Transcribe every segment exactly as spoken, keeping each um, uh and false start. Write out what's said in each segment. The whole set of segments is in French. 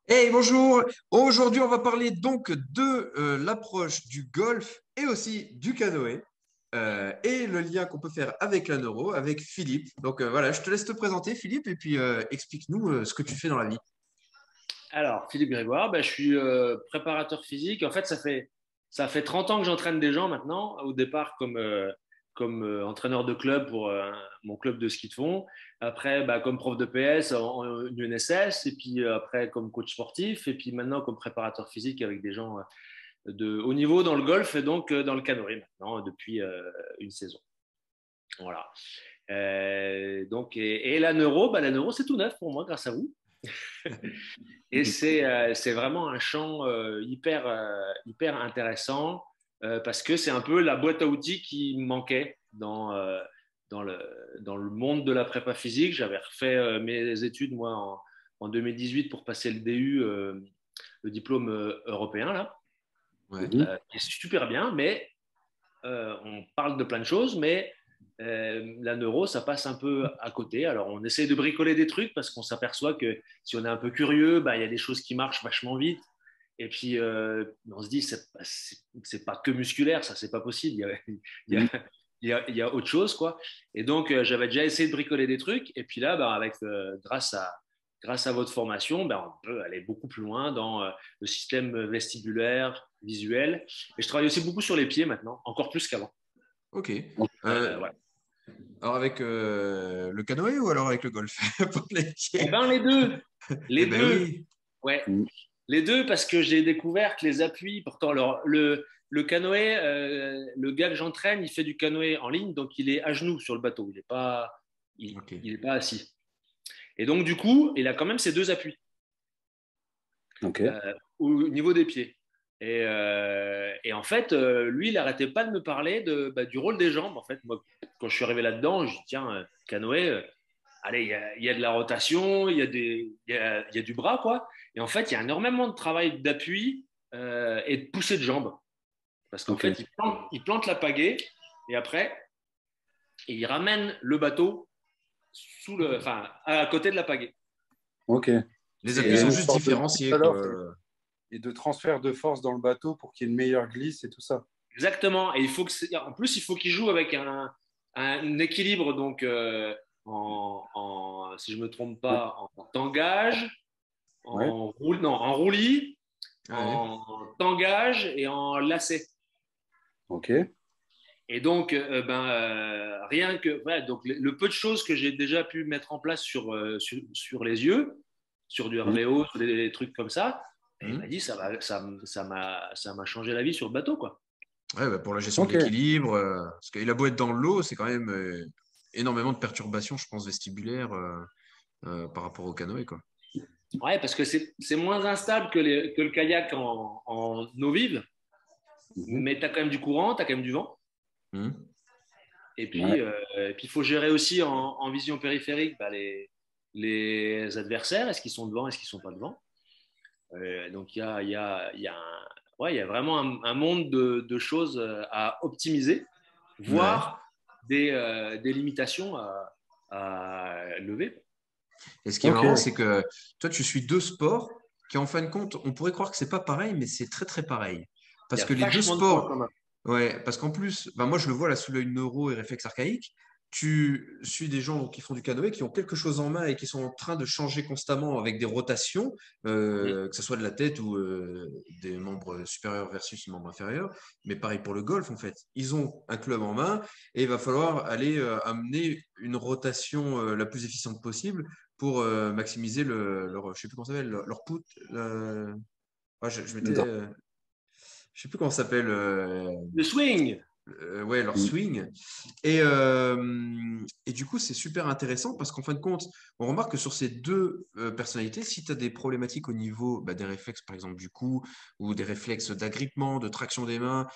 Hey, bonjour! Aujourd'hui, on va parler donc de euh, l'approche du golf et aussi du canoë euh, et le lien qu'on peut faire avec la neuro, avec Philippe. Donc euh, voilà, je te laisse te présenter, Philippe, et puis euh, explique-nous euh, ce que tu fais dans la vie. Alors, Philippe Grégoire, ben, je suis euh, préparateur physique. En fait, ça fait, ça fait trente ans que j'entraîne des gens maintenant. Au départ, comme, euh, comme euh, entraîneur de club pour euh, mon club de ski de fond. Après, bah, comme prof de P S en, en U N S S. Et puis euh, après, comme coach sportif. Et puis maintenant, comme préparateur physique avec des gens euh, de haut niveau dans le golf et donc euh, dans le canoë maintenant, depuis euh, une saison. Voilà. Euh, donc, et, et la neuro, bah, la neuro, c'est tout neuf pour moi, grâce à vous. Et c'est euh, c'est vraiment un champ euh, hyper, euh, hyper intéressant euh, parce que c'est un peu la boîte à outils qui me manquait dans, euh, dans, le, dans le monde de la prépa physique. J'avais refait euh, mes études, moi, en, en deux mille dix-huit pour passer le D U, euh, le diplôme euh, européen, là, Ouais. Mhm. euh, qui est super bien, mais euh, on parle de plein de choses, mais euh, la neuro, ça passe un peu à côté. Alors, on essaie de bricoler des trucs parce qu'on s'aperçoit que si on est un peu curieux, bah, il y a des choses qui marchent vachement vite. Et puis, euh, on se dit, c'est pas, c'est pas que musculaire, ça, c'est pas possible. Il y a, il y a, Mhm. il y a, il y a autre chose, quoi. Et donc, euh, j'avais déjà essayé de bricoler des trucs. Et puis là, bah, avec, euh, grâce à, grâce à votre formation, ben, on peut aller beaucoup plus loin dans euh, le système vestibulaire, visuel. Et je travaille aussi beaucoup sur les pieds maintenant, encore plus qu'avant. Ok. Euh, Euh, voilà. alors avec euh, le canoë ou alors avec le golf pour les Eh pieds? ben les deux, Eh les ben deux, oui. ouais, Mhm. les deux parce que j'ai découvert que les appuis, pourtant alors, le le canoë, euh, le gars que j'entraîne, il fait du canoë en ligne, donc il est à genoux sur le bateau, il n'est pas, il, Ok. il est pas assis. Et donc du coup, il a quand même ses deux appuis Ok. euh, au niveau des pieds. Et, euh, et en fait, euh, lui, il n'arrêtait pas de me parler de, bah, du rôle des jambes. En fait, moi, quand je suis arrivé là-dedans, je dis tiens, euh, canoë. Euh, allez, il y a, il y a de la rotation, il y a, des, il y a, il y a du bras, quoi. Et en fait, il y a énormément de travail d'appui euh, et de poussée de jambes. Parce qu'en Ok. fait, il plante, il plante la pagaie et après, il ramène le bateau sous le, enfin, à côté de la pagaie. Ok. Les Et il appuis y a sont Et, une juste sorte de tout différenciés, à l'heure quoi. et de transfert de force dans le bateau pour qu'il y ait une meilleure glisse et tout ça. exactement. Et il faut que, en plus, il faut qu'il joue avec un, un équilibre, donc, euh, en, en, si je me trompe Ouais. pas, en tangage, Ouais. en roule, non, en roulis, Ah ouais. en tangage et en lacet. Ok. Et donc, euh, ben, euh, rien que, voilà, donc le, le, peu de choses que j'ai déjà pu mettre en place sur, euh, sur, sur, les yeux, sur du Mhm. R V O, sur des, des trucs comme ça, et il m'a Hmm. dit, ça m'a ça, ça m'a ça m'a changé la vie sur le bateau, quoi. Ouais, bah, pour la gestion de Ok. l'équilibre, euh, parce qu'il a beau être dans l'eau, c'est quand même euh, énormément de perturbations, je pense, vestibulaires euh, euh, par rapport au canoë, quoi. Ouais, parce que c'est moins instable que, les, que le kayak en, en eau vive, Mhm. mais tu as quand même du courant, tu as quand même du vent. Hmm. Et Ouais. puis, euh, et puis il faut gérer aussi en, en vision périphérique bah, les, les adversaires. Est-ce qu'ils sont devant, est-ce qu'ils sont pas devant? Euh, donc il y a, il y a, il y a un- ouais, il y a vraiment un, un monde de, de choses euh, à optimiser, Ouais. voire des, euh, des limitations à, à lever. Et ce qui est Ok. marrant, c'est que toi, tu suis deux sports qui, en fin de compte, on pourrait croire que c'est pas pareil, mais c'est très, très pareil. Il y Parce a que les deux vachement de points sports, communs. ouais, parce qu'en plus, bah moi, je le vois là sous l'œil neuro et réflexe archaïque. Tu suis des gens qui font du canoë, qui ont quelque chose en main et qui sont en train de changer constamment avec des rotations, Mhm. euh, que ce soit de la tête ou euh, des membres supérieurs versus membres inférieurs. Mais pareil pour le golf, en fait. Ils ont un club en main et il va falloir aller euh, amener une rotation euh, la plus efficiente possible pour euh, maximiser le, leur, je sais plus comment ça s'appelle, leur, leur put. le- ah, je, je Le m'étais, drap. euh, je sais plus comment ça s'appelle. euh, Le swing, euh, ouais, leur Mhm. swing. Et, euh, et du coup, c'est super intéressant parce qu'en fin de compte, on remarque que sur ces deux euh, personnalités, si tu as des problématiques au niveau bah, des réflexes, par exemple, du cou, ou des réflexes d'agrippement, de traction des mains,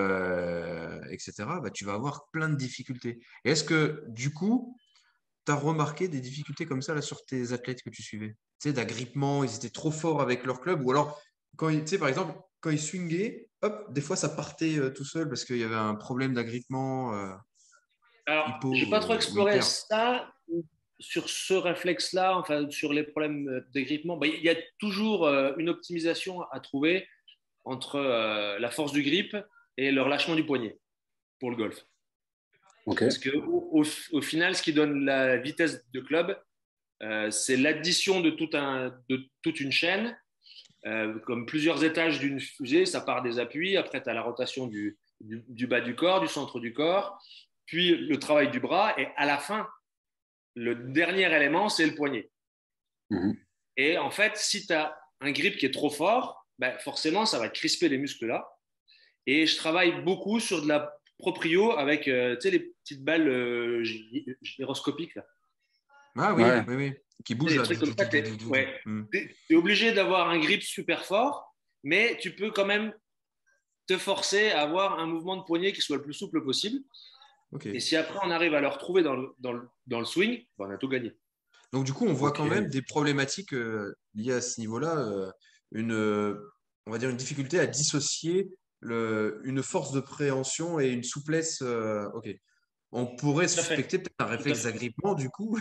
euh, et cetera, bah, tu vas avoir plein de difficultés. Et est-ce que, du coup, tu as remarqué des difficultés comme ça là, sur tes athlètes que tu suivais? Tu sais, d'agrippement, ils étaient trop forts avec leur club, ou alors, quand ils, tu sais, par exemple, quand ils swingaient, hop, des fois ça partait euh, tout seul parce qu'il y avait un problème d'agrippement, euh, alors, hypo j'ai pas trop ou, ou exploré hyper. ça. sur ce réflexe-là, enfin, sur les problèmes d'agrippement, bah, il y a toujours euh, une optimisation à trouver entre euh, la force du grip et le relâchement du poignet pour le golf. Ok. Parce qu'au au, au final, ce qui donne la vitesse de club, euh, c'est l'addition de, tout un, de toute une chaîne, euh, comme plusieurs étages d'une fusée. Ça part des appuis, après tu as la rotation du, du, du bas du corps, du centre du corps, puis le travail du bras, et à la fin, le dernier élément, c'est le poignet. Mhm. Et en fait, si tu as un grip qui est trop fort, ben forcément, ça va crisper les muscles là. Et je travaille beaucoup sur de la proprio avec euh, tu sais, les petites balles euh, gyroscopiques. Là. Ah oui, Ouais. oui, oui. Qui Tu sais, bouge les là. trucs comme ça, tu es, ouais, Hmm. obligé d'avoir un grip super fort, mais tu peux quand même te forcer à avoir un mouvement de poignet qui soit le plus souple possible. Okay. Et si après on arrive à le retrouver dans le, dans le, dans le swing, ben on a tout gagné. Donc du coup, on voit Ok. quand même des problématiques euh, liées à ce niveau-là, euh, une, euh, on va dire une difficulté à dissocier le, une force de préhension et une souplesse. euh, ok. On pourrait Tout à fait. suspecter peut-être un Tout à réflexe fait. d'agrippement du coup.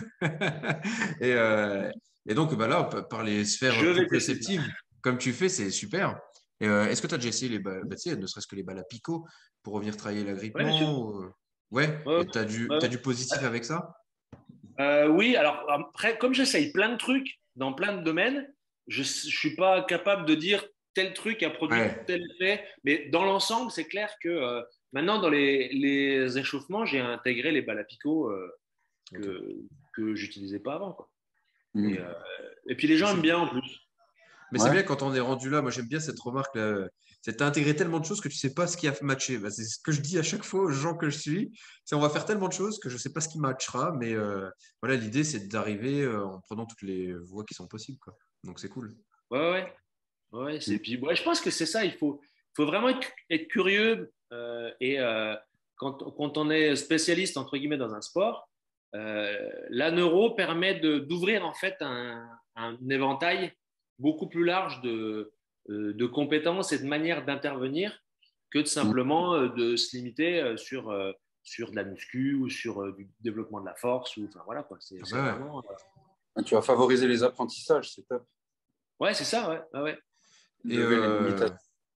et, euh, et donc bah là, p- par les Je sphères vais tester ça. proprioceptives, comme tu fais, c'est super. Et, euh, est-ce que tu as déjà essayé les balles, bah, tu sais, ne serait-ce que les balles à picot pour revenir travailler Oui, bien sûr. l'agrippement ou- Ouais, Ouais, et tu as du, ouais. t'as du positif avec ça? Euh, oui, alors après, comme j'essaye plein de trucs dans plein de domaines, je ne suis pas capable de dire tel truc a produit Ouais. tel effet. Mais dans l'ensemble, c'est clair que euh, maintenant, dans les, les échauffements, j'ai intégré les balles à picot euh, Ok. que, que j'utilisais pas avant. Quoi. Mhm. Et, euh, et puis les gens C'est aiment bien en plus. Mais c'est Ouais. bien quand on est rendu là. Moi, j'aime bien cette remarque là. C'est t'as intégré tellement de choses que tu sais pas ce qui a matché. Bah, c'est ce que je dis à chaque fois aux gens que je suis. C'est on va faire tellement de choses que je sais pas ce qui matchera. Mais euh, voilà, l'idée c'est d'arriver euh, en prenant toutes les voies qui sont possibles, quoi. Donc c'est cool. Ouais, ouais. Ouais, c'est Mhm. puis ouais, je pense que c'est ça. Il faut, faut vraiment être, être curieux euh, et euh, quand, quand on est spécialiste entre guillemets dans un sport, euh, la neuro permet de d'ouvrir en fait un, un éventail beaucoup plus large de, euh, de compétences et de manières d'intervenir que de Mhm. simplement euh, de se limiter euh, sur euh, sur de la muscu ou sur euh, du développement de la force ou enfin voilà quoi. C'est Ah c'est bah ouais. vraiment euh, Ah, tu vas favoriser les apprentissages, c'est top. ouais c'est ça ouais, ouais, ouais. Et Lever les euh... limitations.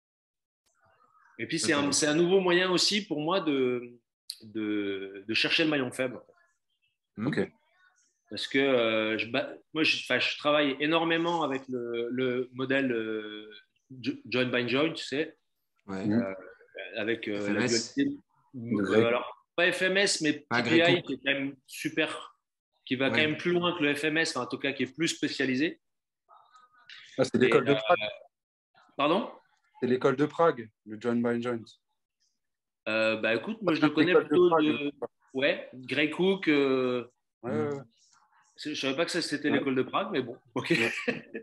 Et puis, c'est ok. un, c'est un nouveau moyen aussi pour moi de, de, de chercher le maillon faible. Hmm. Ok. Parce que euh, je, moi, je, je, travaille énormément avec le, le modèle euh, joint by joint, tu sais, Ouais. Mhm. euh, avec euh, la F M S. dualité. De Euh, Greg. alors, pas F M S, mais Ah, T P I, Greco. qui est quand même super, qui va quand Ouais. même plus loin que le F M S, enfin, en tout cas, qui est plus spécialisé. Ah, c'est Et, l'école de euh, Prague. pardon C'est l'école de Prague, le joint by joint. euh, Bah écoute, moi, je le connais L'école de plutôt Prague. de. Ouais, Grey Cook. Euh, Ouais, Hmm. ouais, ouais. Je ne savais pas que c'était Ouais. l'école de Prague, mais bon, ok. Ouais.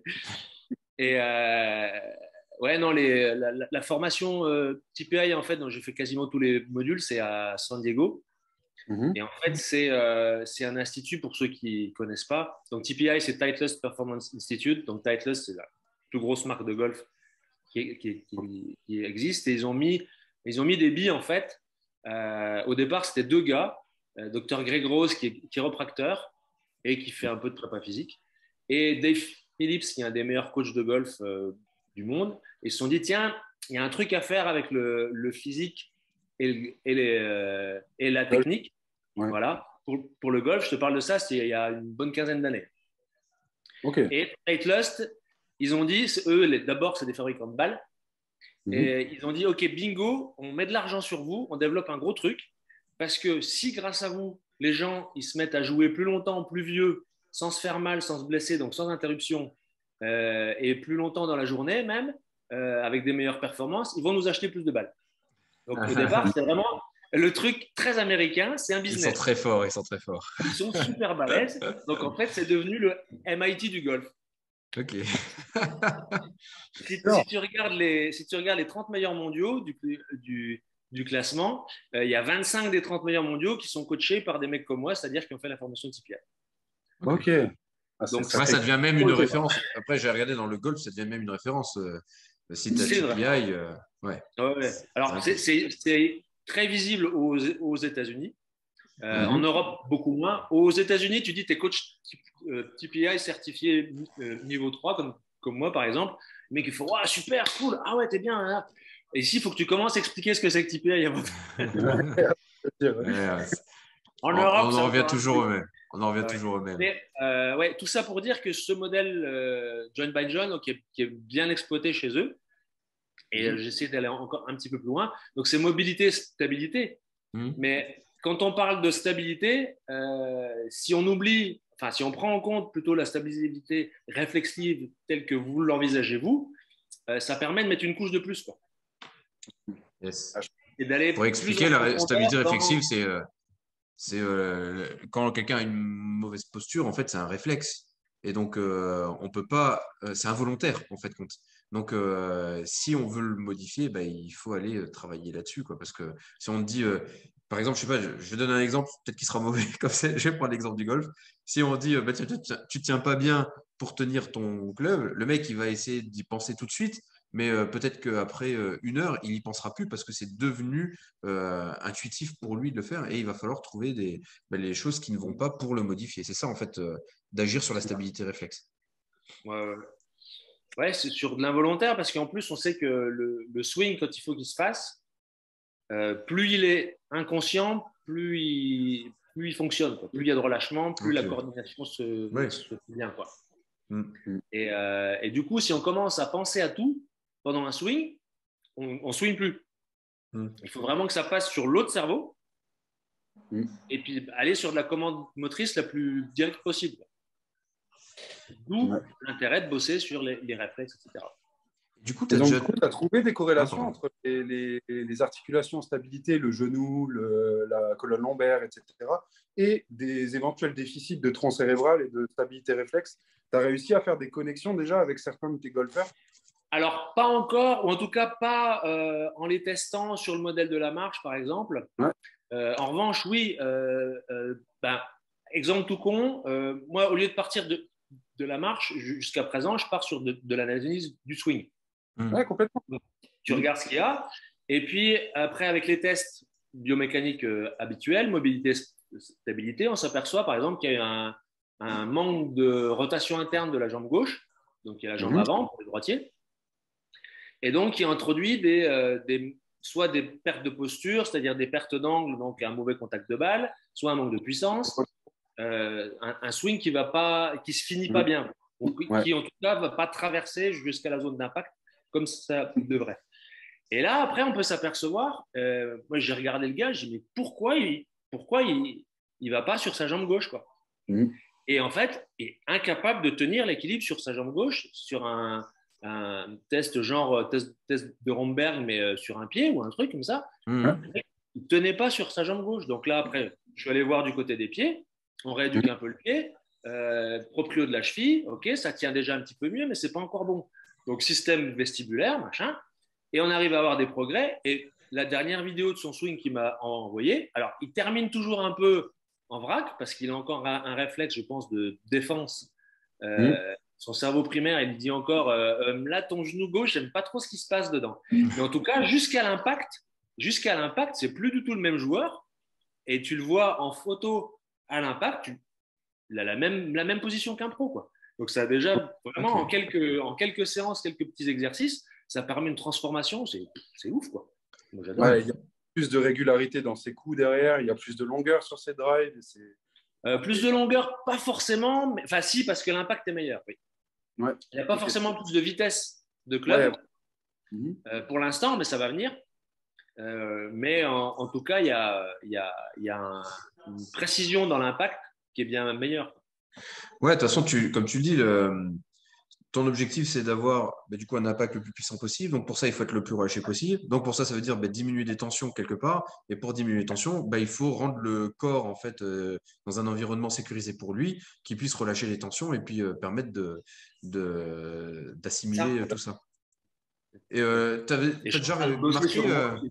Et euh, ouais, non, les, la, la, la formation euh, T P I, en fait, dont j'ai fait quasiment tous les modules, c'est à San Diego. Mhm. Et en fait, c'est euh, c'est un institut pour ceux qui ne connaissent pas. Donc, T P I, c'est Titleist Performance Institute. Donc, Titleist, c'est la plus grosse marque de golf qui, qui, qui, qui existe. Et ils ont mis, ils ont mis des billes, en fait. Euh, au départ, c'était deux gars, euh, docteur Greg Rose, qui est chiropracteur et qui fait un peu de prépa physique, et Dave Phillips, qui est un des meilleurs coachs de golf euh, du monde. Ils se sont dit, tiens, il y a un truc à faire avec le, le physique et, le, et, les, euh, et la technique. Ouais. Voilà. Pour, pour le golf, je te parle de ça, c'était il y a une bonne quinzaine d'années. Ok. Et Titleist, ils ont dit, eux, d'abord, c'est des fabricants de balles. Mhm. Et ils ont dit, OK, bingo, on met de l'argent sur vous, on développe un gros truc. Parce que si, grâce à vous, les gens ils se mettent à jouer plus longtemps, plus vieux, sans se faire mal, sans se blesser, donc sans interruption, euh, et plus longtemps dans la journée même, euh, avec des meilleures performances, ils vont nous acheter plus de balles. Donc au départ, c'était vraiment le truc très américain, c'est un Ils sont business. très forts, ils sont très forts. Ils sont super balèzes. Donc en fait, c'est devenu le M I T du golf. Ok. Si, si, tu regardes les, si tu regardes les trente meilleurs mondiaux du, du, du classement, euh, il y a vingt-cinq des trente meilleurs mondiaux qui sont coachés par des mecs comme moi, c'est-à-dire qui ont fait la formation T P I. Ok. Ah, c'est Donc, Ouais, sacré. ça devient même une Ok. référence. Après, j'ai regardé dans le golf, ça devient même une référence. Euh, si tu as c'est T P I, vrai. euh, ouais. Ouais, ouais. C'est Alors, c'est, impressionnant. c'est, c'est très visible aux, aux États-Unis. Euh, Mhm. En Europe, beaucoup moins. Aux États-Unis, tu dis tu es coach euh, T P I certifié euh, niveau trois, comme, comme moi par exemple. Le mec, il faut oh, super, cool, ah ouais, t'es bien. Hein. Et ici, il faut que tu commences à expliquer ce que c'est que T P I avant. Ouais, c'est- En on, Europe, on c'est en revient encore un toujours truc. au même. On en revient Ouais. toujours au même. Mais euh, ouais, tout ça pour dire que ce modèle euh, Join by Join, donc, qui, est, qui est bien exploité chez eux, et euh, Mhm. j'essaie d'aller encore un petit peu plus loin. Donc, c'est mobilité, stabilité. Mhm. Mais quand on parle de stabilité, euh, si on oublie, enfin, si on prend en compte plutôt la stabilité réflexive telle que vous l'envisagez vous, euh, ça permet de mettre une couche de plus, quoi, Yes. et d'aller Pour plus en expliquer, la ré- profondeur stabilité réflexive, dans. c'est euh, c'est euh, quand quelqu'un a une mauvaise posture, en fait, c'est un réflexe. Et donc, euh, on peut pas, euh, c'est involontaire, en fait, compte. Donc, euh, si on veut le modifier, bah, il faut aller euh, travailler là-dessus, quoi. Parce que si on te dit, euh, par exemple, je sais pas, je, je vais donner un exemple, peut-être qu'il sera mauvais comme ça, je vais prendre l'exemple du golf. Si on dit, euh, bah, tiens, tu, tiens- tu tiens pas bien pour tenir ton club, le mec, il va essayer d'y penser tout de suite. Mais euh, peut-être qu'après euh, une heure, il n'y pensera plus parce que c'est devenu euh, intuitif pour lui de le faire et il va falloir trouver des, ben, les choses qui ne vont pas pour le modifier. C'est ça, en fait, euh, d'agir sur la stabilité réflexe. Ouais, ouais, c'est sur de l'involontaire parce qu'en plus, on sait que le, le swing, quand il faut qu'il se fasse, euh, plus il est inconscient, plus il, plus il fonctionne, quoi. Plus il y a de relâchement, plus la Ok. coordination se, Ouais. se fait bien, quoi. Mm. Et, euh, et, du coup, si on commence à penser à tout pendant un swing, on ne swing plus. Mm. Il faut vraiment que ça passe sur l'autre cerveau Mm. et puis aller sur de la commande motrice la plus directe possible. D'où Ouais. l'intérêt de bosser sur les, les réflexes, et cetera. Du coup, tu Et as donc, déjà. du coup, tu as trouvé des Ah, corrélations pardon. entre les, les- les articulations stabilité, le genou, le- la colonne lombaire, et cetera, et des éventuels déficits de tronc cérébral et de stabilité réflexe. Tu as réussi à faire des connexions déjà avec certains de tes golfeurs? Alors, pas encore, ou en tout cas pas euh, en les testant sur le modèle de la marche, par exemple. Ouais. Euh, en revanche, oui, euh, euh, ben, exemple tout con, euh, moi, au lieu de partir de, de la marche, jusqu'à présent, je pars sur de, de l'analyse du swing. Mm. Ouais, complètement. Donc, tu Mm. regardes ce qu'il y a, et puis après, avec les tests biomécaniques euh, habituels, mobilité, stabilité, on s'aperçoit par exemple qu'il y a eu un, un manque de rotation interne de la jambe gauche, donc il y a la jambe Mhm. avant pour les droitiers, et donc il introduit des, euh, des, soit des pertes de posture, c'est-à-dire des pertes d'angle, donc un mauvais contact de balle, soit un manque de puissance, euh, un, un, swing qui va pas, qui se finit pas Mhm. bien, ou Ouais. qui en tout cas va pas traverser jusqu'à la zone d'impact comme ça devrait. Et là, après, on peut s'apercevoir, euh, moi j'ai regardé le gars, j'ai dit, mais pourquoi il pourquoi il, il va pas sur sa jambe gauche, quoi. Mhm. Et en fait, il est incapable de tenir l'équilibre sur sa jambe gauche, sur un, un test genre test, test de Romberg, mais euh, sur un pied ou un truc comme ça. Mm. Il ne tenait pas sur sa jambe gauche. Donc là, après, je suis allé voir du côté des pieds, on rééduque Mhm. un peu le pied, euh, proprio de la cheville, ok, ça tient déjà un petit peu mieux, mais c'est pas encore bon. Donc système vestibulaire, machin, et on arrive à avoir des progrès. Et la dernière vidéo de son swing qu'il m'a envoyé, alors il termine toujours un peu en vrac parce qu'il a encore un, un réflexe, je pense, de défense. Mhm. Euh, son cerveau primaire, il dit encore euh, euh, là, ton genou gauche, j'aime pas trop ce qui se passe dedans. Mais en tout cas, jusqu'à l'impact, jusqu'à l'impact, c'est plus du tout le même joueur. Et tu le vois en photo à l'impact, tu, il a la même, la même position qu'un pro, quoi. Donc ça a déjà vraiment Ok. en quelques, en quelques séances, quelques petits exercices, ça permet une transformation, c'est, c'est ouf, quoi. Moi j'adore. Ouais, il y a plus de régularité dans ses coups derrière, il y a plus de longueur sur ses drives. et c'est- Euh, plus de longueur, pas forcément, mais enfin si, parce que l'impact est meilleur, oui. Ouais. Il n'y a pas Ok. forcément plus de vitesse de Ouais. club Mhm. euh, pour l'instant, mais ça va venir. Euh, mais en, en, tout cas, il y a, y a, y a un, une précision dans l'impact qui est bien meilleure. Ouais, de toute façon, tu, comme tu le dis, le- ton objectif, c'est d'avoir bah, du coup un impact le plus puissant possible. Donc pour ça, il faut être le plus relâché possible. Donc pour ça, ça veut dire bah, diminuer des tensions quelque part. Et pour diminuer les tensions, bah, il faut rendre le corps en fait euh, dans un environnement sécurisé pour lui, qui puisse relâcher les tensions et puis euh, permettre de, de- d'assimiler Ça. euh, tout ça. Et euh, tu as Et je suis en déjà train de bosser remarqué, sur moi. euh,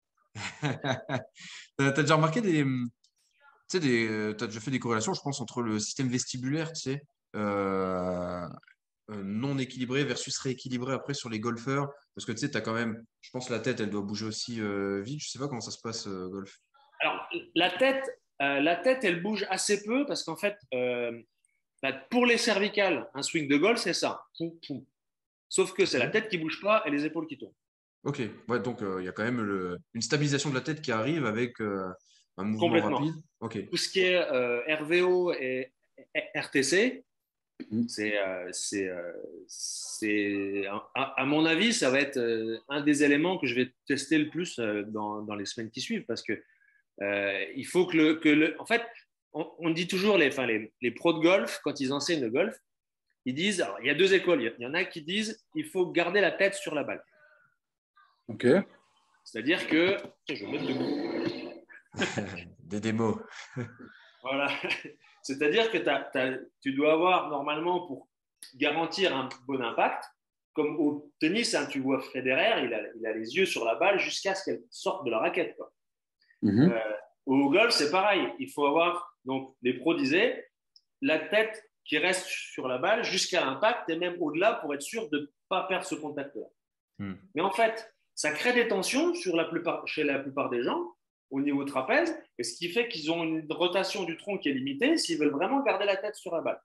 t'as t'as déjà remarqué des, tu sais, des, euh, t'as déjà fait des corrélations, je pense, entre le système vestibulaire, tu sais, euh, euh, non équilibré versus rééquilibré après sur les golfeurs. Parce que tu sais, tu as quand même, je pense, la tête, elle doit bouger aussi euh, vite. Je sais pas comment ça se passe, euh, golf. Alors, la tête, euh, la tête, elle bouge assez peu parce qu'en fait, euh, bah, pour les cervicales, un swing de golf, c'est ça. Poum, poum. Sauf que c'est la tête qui bouge pas et les épaules qui tournent. Ok, ouais, donc il euh, y a quand même le, une stabilisation de la tête qui arrive avec euh, un mouvement Complètement. rapide. Ok. Tout ce qui est euh, R V O et R T C, Mm. c'est, euh, c'est, euh, c'est à, à, mon avis, ça va être euh, un des éléments que je vais tester le plus euh, dans, dans les semaines qui suivent parce que euh, il faut que le, que le, en fait, on, on dit toujours les, enfin, les, les pros de golf quand ils enseignent le golf, ils disent, alors, il y a deux écoles, il y en a qui disent, il faut garder la tête sur la balle. Ok. C'est-à-dire que, je vais mettre debout. Des démos. Voilà. C'est-à-dire que t'as, t'as, tu dois avoir normalement pour garantir un bon impact, comme au tennis, hein, tu vois Federer, il a, il a les yeux sur la balle jusqu'à ce qu'elle sorte de la raquette, quoi. Mm-hmm. Euh, au golf, c'est pareil. Il faut avoir, donc les pros disaient, la tête qui reste sur la balle jusqu'à l'impact et même au-delà pour être sûr de ne pas perdre ce contact-là. Mm. Mais en fait, ça crée des tensions sur la plupart, chez la plupart des gens au niveau trapèze, et ce qui fait qu'ils ont une rotation du tronc qui est limitée s'ils veulent vraiment garder la tête sur la balle.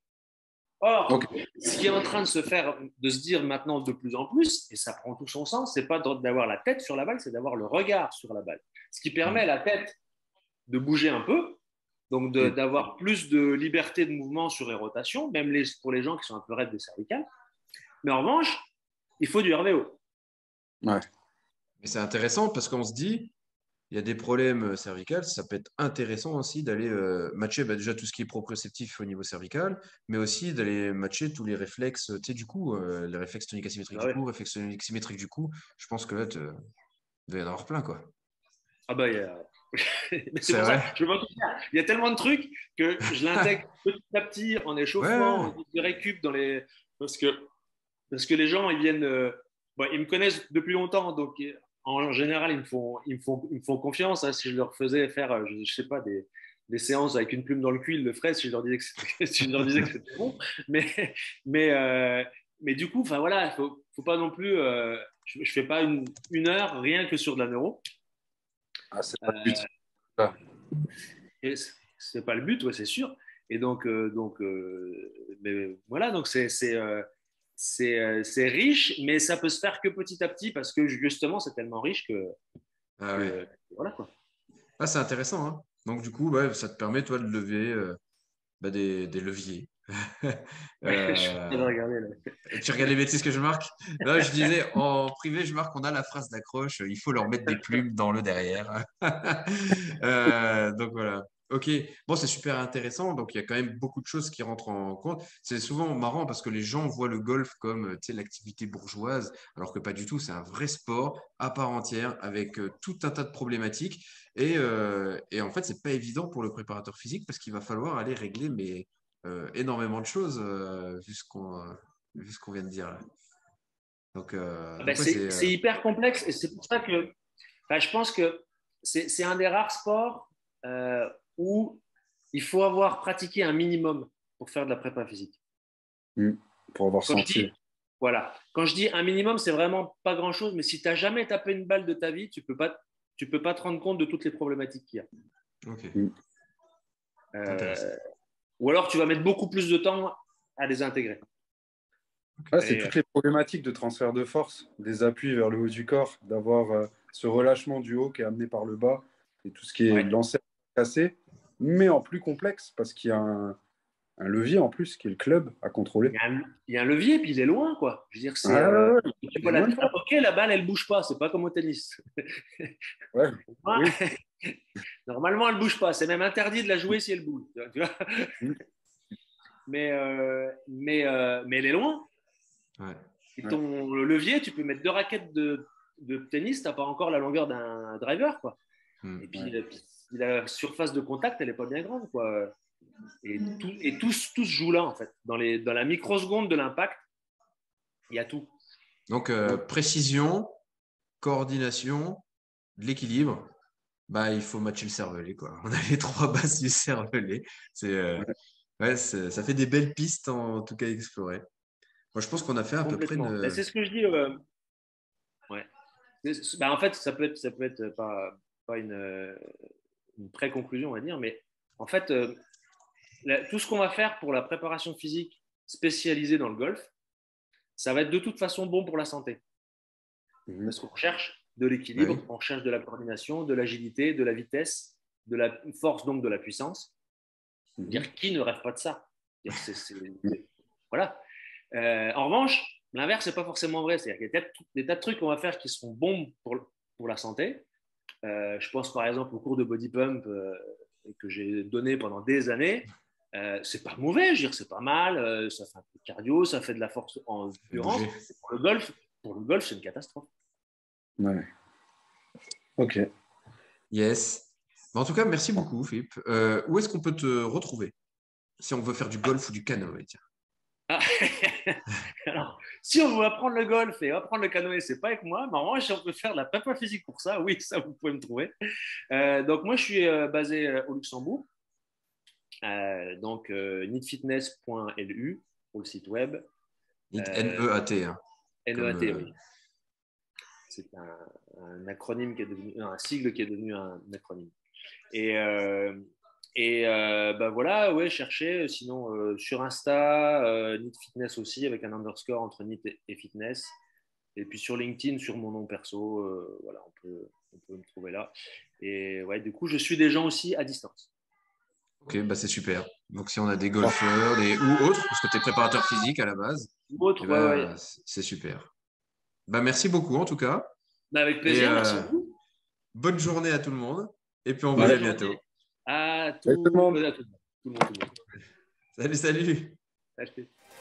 Or, okay. Ce qui est en train de se faire, de se dire maintenant de plus en plus, et ça prend tout son sens, c'est pas d'avoir la tête sur la balle, c'est d'avoir le regard sur la balle. Ce qui permet à la tête de bouger un peu, donc d'avoir plus de liberté de mouvement sur les rotations, même les, pour les gens qui sont un peu raides des cervicales. Mais en revanche, il faut du R V O. Ouais. Mais c'est intéressant parce qu'on se dit, il y a des problèmes cervicales, ça peut être intéressant aussi d'aller euh, matcher bah, déjà tout ce qui est proprioceptif au niveau cervical, mais aussi d'aller matcher tous les réflexes, tu sais, du coup, euh, les réflexes toniques asymétriques ah, du ouais. cou, réflexes toniques symétriques du cou. Je pense que là, il doit y en avoir plein, quoi. Ah bah, il y a... c'est pour vrai. Ça, je veux il y a tellement de trucs que je l'intègre petit à petit en échauffement, ouais. en récup dans les... Parce que, parce que les gens, ils viennent... Euh... Bon, ils me connaissent depuis longtemps, donc... En général, ils me font, ils me font, ils me font confiance. Hein. Si je leur faisais faire, je, je sais pas, des, des séances avec une plume dans le cul, ils le feraient si je leur disais que c'était, si je leur disais que c'était bon. Mais, mais, euh, mais du coup, enfin voilà, il faut, faut pas non plus. Euh, je, je fais pas une, une heure rien que sur de la neuro. Ah, c'est pas le but. Euh, et c'est pas le but, ouais, c'est sûr. Et donc, euh, donc, euh, mais voilà, donc c'est, c'est euh, C'est, c'est riche, mais ça peut se faire que petit à petit parce que justement, c'est tellement riche que. Ah, ouais. que voilà quoi. Ah, c'est intéressant. Hein. Donc, du coup, ouais, ça te permet, toi, de lever euh, bah, des, des leviers. euh... je regarder, là. Tu regardes les bêtises que je marque? Non, je disais, en privé, je marque, on a la phrase d'accroche, il faut leur mettre des plumes dans le derrière. euh, donc, voilà. Ok, bon, c'est super intéressant. Donc, il y a quand même beaucoup de choses qui rentrent en compte. C'est souvent marrant parce que les gens voient le golf comme l'activité bourgeoise, alors que pas du tout. C'est un vrai sport à part entière avec euh, tout un tas de problématiques. Et, euh, et en fait, c'est pas évident pour le préparateur physique parce qu'il va falloir aller régler mais, euh, énormément de choses euh, vu ce qu'on euh, vu ce qu'on vient de dire. Là. Donc, euh, ah donc ben ouais, c'est, c'est euh... hyper complexe et c'est pour ça que ben, je pense que c'est, c'est un des rares sports euh, où il faut avoir pratiqué un minimum pour faire de la prépa physique. Mmh, pour avoir Quand senti. Je dis, voilà. Quand je dis un minimum, c'est vraiment pas grand-chose, mais si tu n'as jamais tapé une balle de ta vie, tu ne peux, pas, tu peux pas te rendre compte de toutes les problématiques qu'il y a. Ok. Mmh. Euh, ou alors tu vas mettre beaucoup plus de temps à les intégrer. Ah, c'est toutes les problématiques de transfert de force, des appuis vers le haut du corps, d'avoir euh, ce relâchement du haut qui est amené par le bas et tout ce qui est ouais. lancé cassé, mais en plus complexe parce qu'il y a un, un levier en plus qui est le club à contrôler. Il y a un, il y a un levier puis il est loin quoi. Je veux dire c'est ah, euh, ouais, tu vois, la, ok la balle elle bouge pas, c'est pas comme au tennis. Ouais, oui. Normalement elle bouge pas, c'est même interdit de la jouer si elle bouge. Tu vois mm. mais euh, mais euh, mais elle est loin. Ouais. Et ton ouais. levier, tu peux mettre deux raquettes de, de tennis, tu n'as pas encore la longueur d'un driver. Quoi. Mm. Et puis, ouais. puis, la surface de contact, elle n'est pas bien grande. Quoi. Et, tout, et tout, tout se joue là, en fait. Dans, les, dans la microseconde de l'impact, il y a tout. Donc, euh, précision, coordination, de l'équilibre, bah, il faut matcher le cervelet. Quoi. On a les trois bases du cervelet. C'est, euh, ouais. Ouais, c'est, ça fait des belles pistes, en, en tout cas, à explorer. Moi, je pense qu'on a fait à peu près une... ben, c'est ce que je dis. Euh... Ouais. Ben, en fait, ça peut être, ça peut être pas, pas une, une pré-conclusion, on va dire. Mais en fait, euh, la, tout ce qu'on va faire pour la préparation physique spécialisée dans le golf, ça va être de toute façon bon pour la santé. Mmh. Parce qu'on recherche de l'équilibre, bah oui. on recherche de la coordination, de l'agilité, de la vitesse, de la force, donc de la puissance. Mmh. Dire, qui ne rêve pas de ça? c'est, c'est, c'est, Voilà. Euh, en revanche, l'inverse, ce n'est pas forcément vrai. C'est-à-dire qu'il y a des tas de trucs qu'on va faire qui seront bons pour, pour la santé. Euh, je pense par exemple au cours de body pump euh, que j'ai donné pendant des années. Euh, c'est pas mauvais, je veux dire, c'est pas mal. Euh, ça fait un peu de cardio, ça fait de la force en endurance. Pour le golf, pour le golf, c'est une catastrophe. Ouais. Ok. Yes. En tout cas, merci beaucoup, Philippe. Euh, où est-ce qu'on peut te retrouver si on veut faire du golf ou du canoë? Tiens. Ah. Alors, si on veut apprendre le golf et apprendre le canoë, c'est pas avec moi. Mais en revanche, si on peut faire de la prépa physique pour ça, oui, ça, vous pouvez me trouver. Euh, donc, moi, je suis euh, basé euh, au Luxembourg. Euh, donc, euh, neatfitness point l u pour le site web. Neat, N E A T. Hein, N E A T, oui. C'est un, un acronyme qui est devenu, un sigle qui est devenu un acronyme. Et, euh, et euh, bah voilà, ouais, cherchez. Sinon, euh, sur Insta, euh, Neat Fitness aussi, avec un underscore entre Neat et Fitness. Et puis sur LinkedIn, sur mon nom perso, euh, voilà, on peut, on peut me trouver là. Et ouais, du coup, je suis des gens aussi à distance. Ok, bah c'est super. Donc, si on a des golfeurs des, ou autres, parce que tu es préparateur physique à la base, autre, bah, ouais, ouais. c'est super. Bah, merci beaucoup en tout cas. Bah, avec plaisir, et, merci euh, à vous. Bonne journée à tout le monde. Et puis on vous dit à bientôt. À tout, tout le monde. Tout le monde, tout le monde. Salut, salut. Salut.